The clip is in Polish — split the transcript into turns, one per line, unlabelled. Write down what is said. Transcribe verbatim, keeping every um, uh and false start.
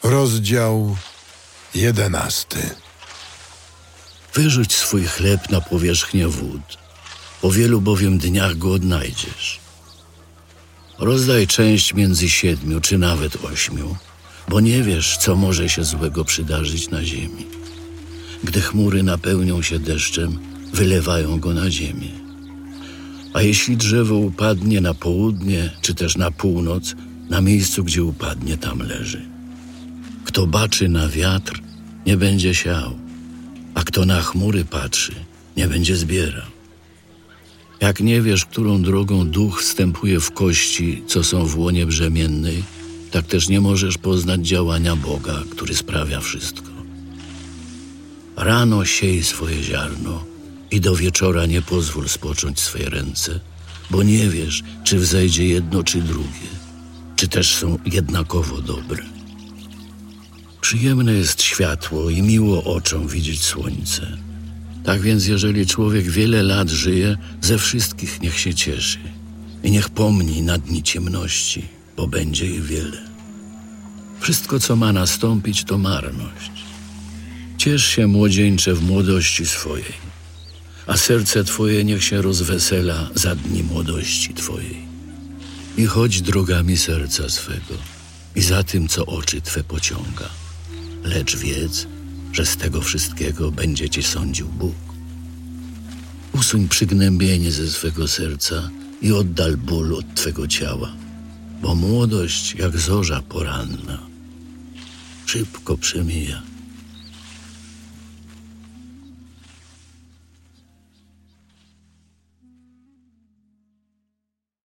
Rozdział jedenasty.
Wyrzuć swój chleb na powierzchnię wód, po wielu bowiem dniach go odnajdziesz. Rozdaj część między siedmiu, czy nawet ośmiu, bo nie wiesz, co może się złego przydarzyć na ziemi. Gdy chmury napełnią się deszczem, wylewają go na ziemię. A jeśli drzewo upadnie na południe, czy też na północ, na miejscu, gdzie upadnie, tam leży. Kto baczy na wiatr, nie będzie siał, a kto na chmury patrzy, nie będzie zbierał. Jak nie wiesz, którą drogą duch wstępuje w kości, co są w łonie brzemiennej, tak też nie możesz poznać działania Boga, który sprawia wszystko. Rano siej swoje ziarno i do wieczora nie pozwól spocząć swej ręce, bo nie wiesz, czy wzejdzie jedno, czy drugie, czy też są jednakowo dobre. Przyjemne jest światło i miło oczom widzieć słońce. Tak więc, jeżeli człowiek wiele lat żyje, ze wszystkich niech się cieszy i niech pomni na dni ciemności, bo będzie ich wiele. Wszystko, co ma nastąpić, to marność. Ciesz się, młodzieńcze, w młodości swojej, a serce twoje niech się rozwesela za dni młodości twojej. I chodź drogami serca swego i za tym, co oczy twe pociąga. Lecz wiedz, że z tego wszystkiego będzie ci sądził Bóg. Usuń przygnębienie ze swego serca i oddal ból od twego ciała, bo młodość jak zorza poranna szybko przemija.